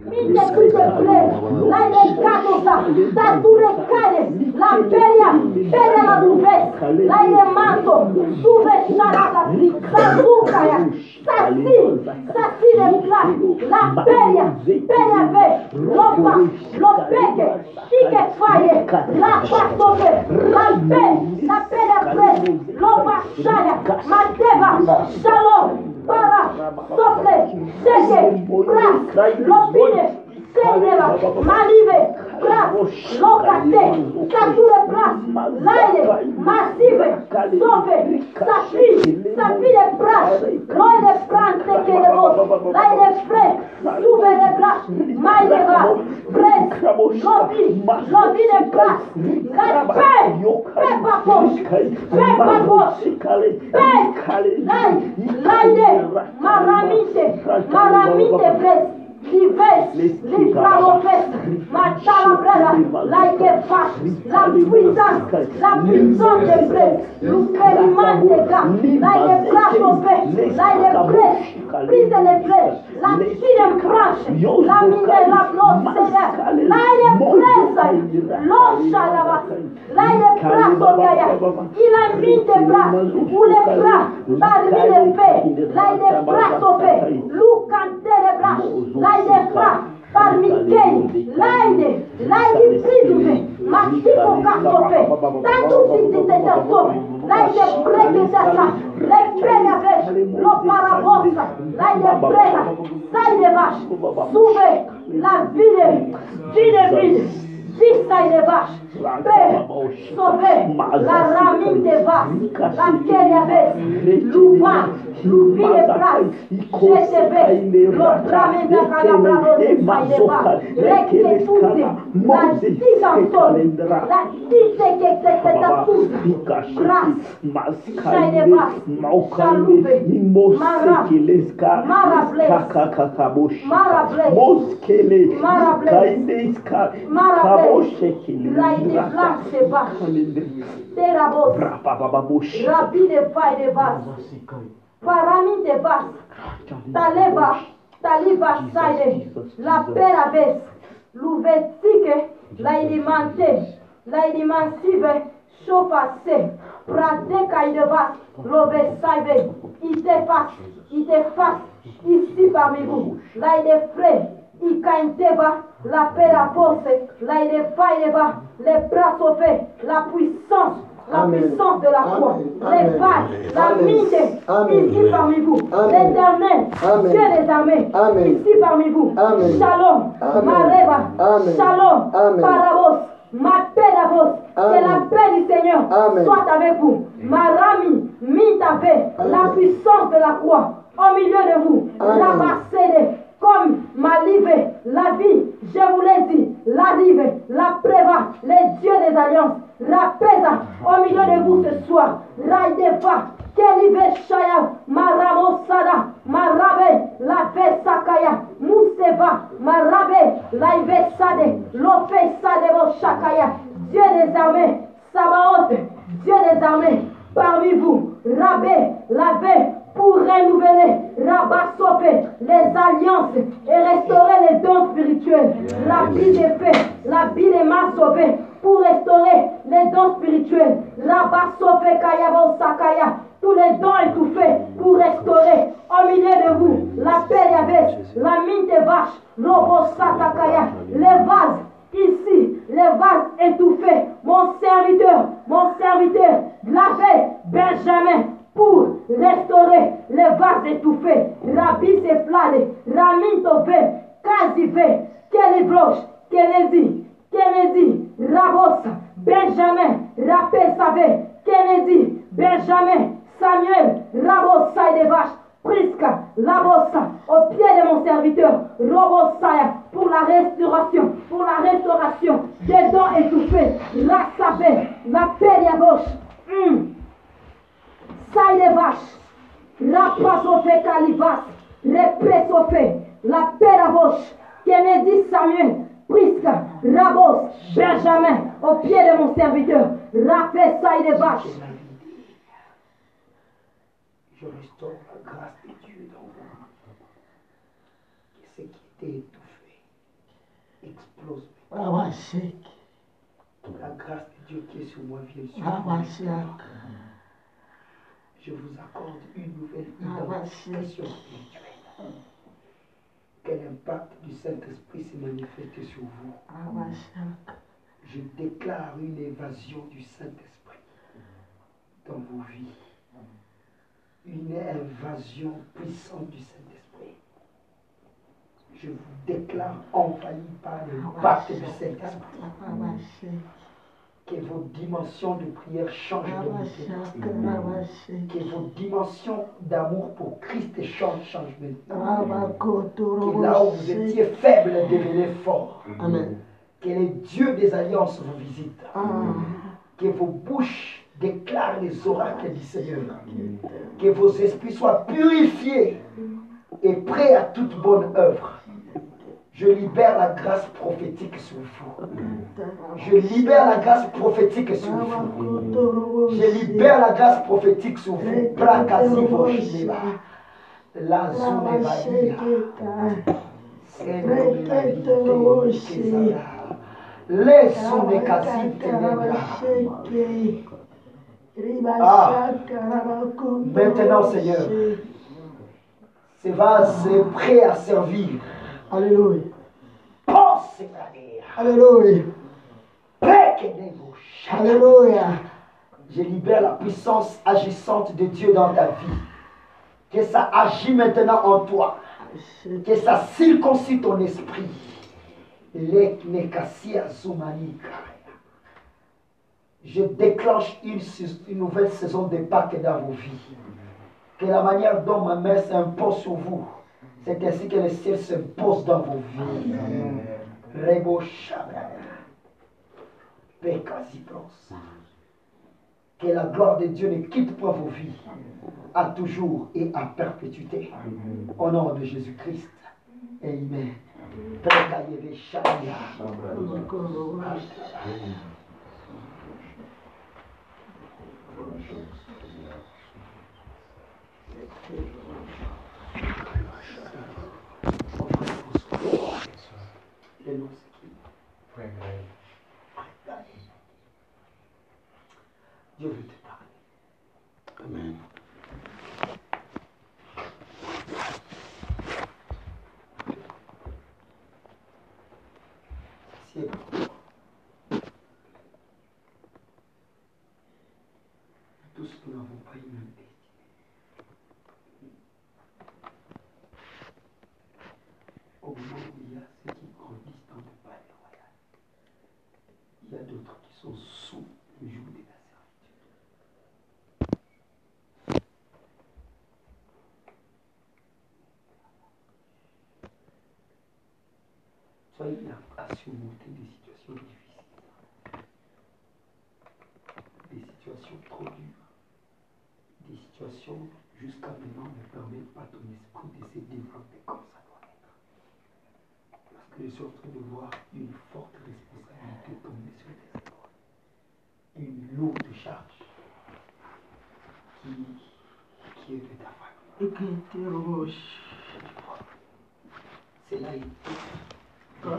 mite qui te plaît, là il est gâteau ça, t'as tous les cailles, la peria la nouvelle, là il est manteau, souvé charata, ça soukaya, ça si les plats, la peria ve, l'opa, l'opeke, chique faye, la pastoke, la peria presse, l'opa chaya, mateva, shalom, para, sople, sege, pras, l'opine, Seigneur, Malive, place, locate, Sature place, l'aide, massive, sauve, sa fille les places, l'oeil des prendre, c'est que les mots, l'aide des frais, s'ouvre les places, maille des vases, presse, l'objet des places, la paix, paix pas poche, paix, l'aide, maramite, presse, les flamofestes, ma chalabrella, la puissance des prêts, l'ouvellement des gars, là il est place au fait, là il est prêt, prise les prêts, la fille de branche, la mine de la blouse, là il est prêt, l'homme chalava, là il est place au gaïa, il a mis des bras, pour les bras, parmi les faits, là il est place au fait, loucanté les bras, là il est bras, parmi quels, là il est pris du fait, ma chico cassopé, tant aussi si c'était sauvé, là il est prêt de ça, les peines avec l'oparabosse, là il est prêt, ça il est vache, sauver la ville, fils ça il est vache, paix, sauver la ramine des vaches, la terre avait, louva, louvi les places, GTV, l'opramé de la calabrado, ça il est vache, l'équétoute, la tise en sol, la tise qui était à tous, grâce, ça il est vache, chalouvé, Rabbi de faille de vases, parami de vases, taliba saide, la peraves, l'ouvertique, l'alimentive, chauffasse, prate caille de vases, l'oversaive, il t'efface, ici parmi vous, là il est frais. Ikainteva, la paix la force, la failleva, les bras sauvés, la puissance de la foi, les vagues, la mine, ici parmi vous, l'éternel, Dieu des armées, ici parmi vous, shalom, mareva, shalom, parabos, ma paix d'avos, que la paix du Seigneur soit avec vous, marami, mitave, la puissance de la croix, au milieu de vous, la bassée comme ma live, la vie, je vous l'ai dit, la live, la préva, les dieux des alliances, la pesa au milieu de vous ce soir, Raideva, Kelive Shaya, Maramosada, Marabe, la Vesakaya, Mousseva, Marabe, la Ivesade, Lofesade Shakaya, Dieu des armées, Sabaoth, Dieu des armées, parmi vous, Rabé, Lavé, pour renouveler, rabassoper les alliances et restaurer les dons spirituels. La vie des faits, la vie des mains sauvées, pour restaurer les dons spirituels. Rabassoper Kayabo Sakaya, tous les dons étouffés, pour restaurer au milieu de vous la paix Yabes, la mine des vaches, l'obo Satakaya, les vases. Ici, les vases étouffés, mon serviteur, Lavé, Benjamin, pour restaurer les vases étouffés. Rabbi Seflade, Ramin Tove, Kazive, Kelibroche, Kennedy, Rabos, Benjamin, Rapé Savé, Kennedy, Benjamin, Samuel, Rabos Saïd des vaches, Prisca, Labosa, au pied de mon serviteur, Robosaya, pour la restauration des dons étouffés, la Sabé, la paix des gauche. Saïd des vaches, Rapasofé Calivas, Represofé, la paix la gauche, Kennedy Samuel, Prisca, Rabos, Benjamin, au pied de mon serviteur, Rapé Saïd des vaches. Je restaure la grâce de Dieu dans vous. Ce qui était étouffé, explose. Abashek. La grâce de Dieu qui est sur moi vient sur Abashek. moi. Je vous accorde une nouvelle identification spirituelle. Quel impact du Saint-Esprit s'est manifesté sur vous. Je déclare une évasion du Saint-Esprit dans vos vies. Une invasion puissante du Saint-Esprit. Je vous déclare envahi par l'impact du Saint-Esprit. Que vos dimensions de prière changent de maintenant. Que vos dimensions d'amour pour Christ changent maintenant. Que là où vous étiez faible, devenez fort. Amen. Que les dieux des alliances vous visitent. Que vos bouches déclarent les oracles du Seigneur. Que vos esprits soient purifiés et prêts à toute bonne œuvre. Je libère la grâce prophétique sur vous. Je libère la grâce prophétique sur vous. Je libère la grâce prophétique sur vous. Prakasi Voshineba. La Zunevania. Les Zunekasi Tenebra. Maintenant, Seigneur, ces vases est prêt à servir. Alléluia. Pense, Alléluia. Alléluia. Je libère la puissance agissante de Dieu dans ta vie. Que ça agit maintenant en toi. Que ça circoncise ton esprit. Je déclenche une nouvelle saison de Pâques dans vos vies. Que la manière dont ma main s'impose sur vous, c'est ainsi que le ciel s'impose dans vos vies. Rebo Shabbat. Pécasipros. Que la gloire de Dieu ne quitte pas vos vies, à toujours et à perpétuité. Au nom de Jésus-Christ. Amen. Pécaïeve Shabbat. Dieu veut te parler. Amen. C'est tous nous n'avons pas une même destinée. Au moment où il y a ceux qui grandissent dans le palais royal, il y a d'autres qui sont sous le joug de la servitude. Soyez là à surmonter des situations difficiles, des situations trop dures, des situations jusqu'à maintenant ne permettent pas ton esprit de se développer comme ça doit être. Parce que je suis en train de voir une forte responsabilité tomber sur tes épaules. Une lourde charge qui est de ta famille. C'est là ça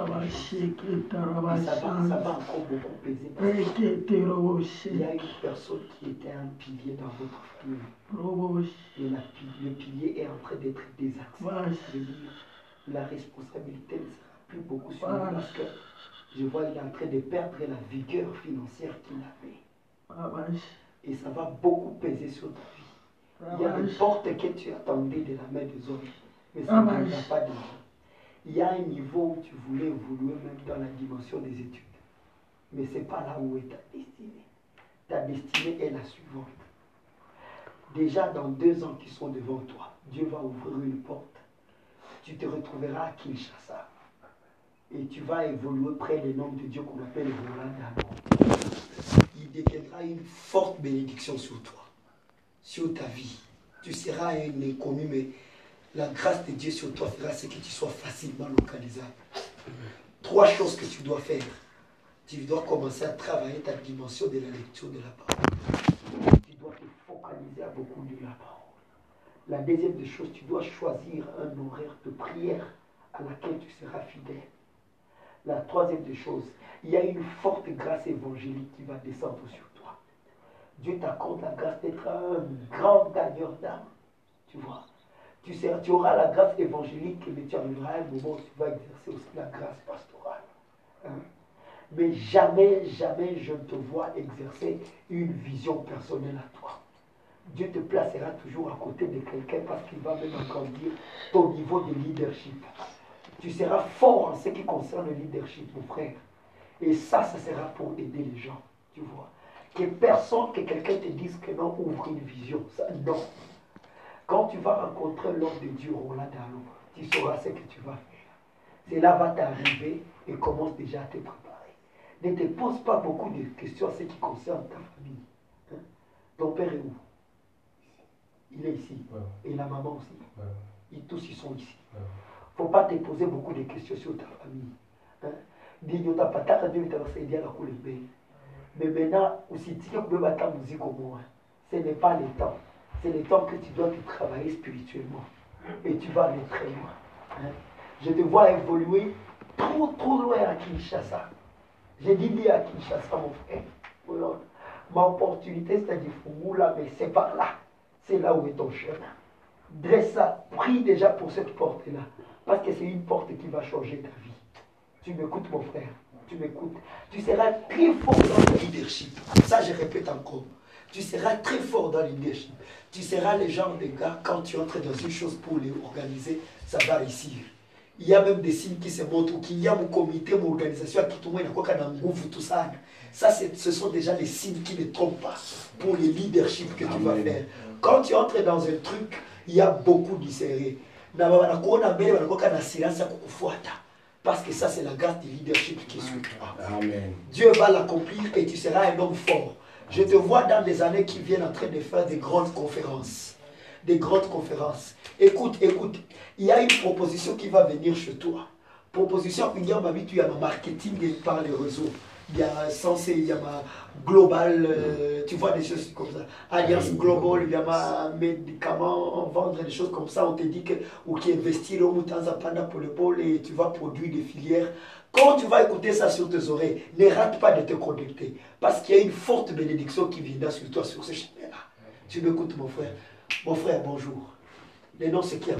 va encore beaucoup peser. Il y a une personne qui était un pilier dans votre famille. Et le pilier est en train d'être désactivé. La responsabilité ne sera plus beaucoup sur lui parce que je vois qu'il est en train de perdre la vigueur financière qu'il avait. Et ça va beaucoup peser sur ta vie. Il y a des portes que tu attendais de la main des autres, mais ça ne viendra pas de Dieu. Il y a un niveau où tu voulais évoluer même dans la dimension des études. Mais ce n'est pas là où est ta destinée. Ta destinée est la suivante. Déjà dans 2 ans qui sont devant toi, Dieu va ouvrir une porte. Tu te retrouveras à Kinshasa. Et tu vas évoluer près des noms de Dieu qu'on appelle Roland Dabo. Il deviendra une forte bénédiction sur toi, sur ta vie. Tu seras un inconnu, mais la grâce de Dieu sur toi fera ce que tu sois facilement localisable. 3 choses que tu dois faire. Tu dois commencer à travailler ta dimension de la lecture de la parole. Tu dois te focaliser à beaucoup de la parole. La deuxième des choses, tu dois choisir un horaire de prière à laquelle tu seras fidèle. La troisième des choses, il y a une forte grâce évangélique qui va descendre sur toi. Dieu t'accorde la grâce d'être un grand gagneur d'âme. Tu vois. Tu auras la grâce évangélique, mais tu arriveras à un moment où tu vas exercer aussi la grâce pastorale. Hein? Mais jamais, jamais je ne te vois exercer une vision personnelle à toi. Dieu te placera toujours à côté de quelqu'un parce qu'il va même agrandir ton niveau de leadership. Tu seras fort en ce qui concerne le leadership, mon frère. Et ça sera pour aider les gens, tu vois. Que personne, que quelqu'un te dise que non, ouvre une vision. Ça, non. Quand tu vas rencontrer l'homme de Dieu, Roland Dalo, tu sauras ce que tu vas faire. Cela va t'arriver et commence déjà à te préparer. Ne te pose pas beaucoup de questions en ce qui concerne ta famille. Hein? Ton père est où? Il est ici. Ouais. Et la maman aussi. Ouais. Ils tous ils sont ici. Il ne faut pas te poser beaucoup de questions sur ta famille. Hein? Mais maintenant, aussi, ce n'est pas le temps. C'est le temps que tu dois te travailler spirituellement. Et tu vas aller très loin. Hein? Je te vois évoluer trop loin à Kinshasa. J'ai dit bien à Kinshasa, mon frère. Ma opportunité, c'est du Foumoula, mais c'est par là. C'est là où est ton chemin. Dresse ça, prie déjà pour cette porte-là. Parce que c'est une porte qui va changer ta vie. Tu m'écoutes, mon frère. Tu m'écoutes. Tu seras très fort dans le leadership. Ça, je répète encore. Tu seras très fort dans le leadership. Tu seras le genre de gars, quand tu entres dans une chose pour les organiser, ça va réussir. Il y a même des signes qui se montrent qu'il y a mon comité, mon organisation, qui tout ça. Ça, ce sont déjà les signes qui ne trompent pas pour le leadership que tu vas faire. Quand tu entres dans un truc, il y a beaucoup d'isérés. Parce que ça, c'est la grâce du leadership qui est sur toi. Amen. Dieu va l'accomplir et tu seras un homme fort. Je te vois dans des années qui viennent en train de faire des grandes conférences. Des grandes conférences. Écoute. Il y a une proposition qui va venir chez toi. Proposition, il y a ma marketing par les réseaux. Il y a Sensé, il y a ma Global, tu vois des choses comme ça. Alliance Global, il y a ma médicaments, vendre des choses comme ça. On te dit que, ou qui investir au temps pour le pôle et tu vas produire des filières. Quand tu vas écouter ça sur tes oreilles, ne rate pas de te connecter. Parce qu'il y a une forte bénédiction qui viendra sur toi sur ce chemin-là. Tu m'écoutes, mon frère. Mon frère, bonjour. Le nom, c'est qui?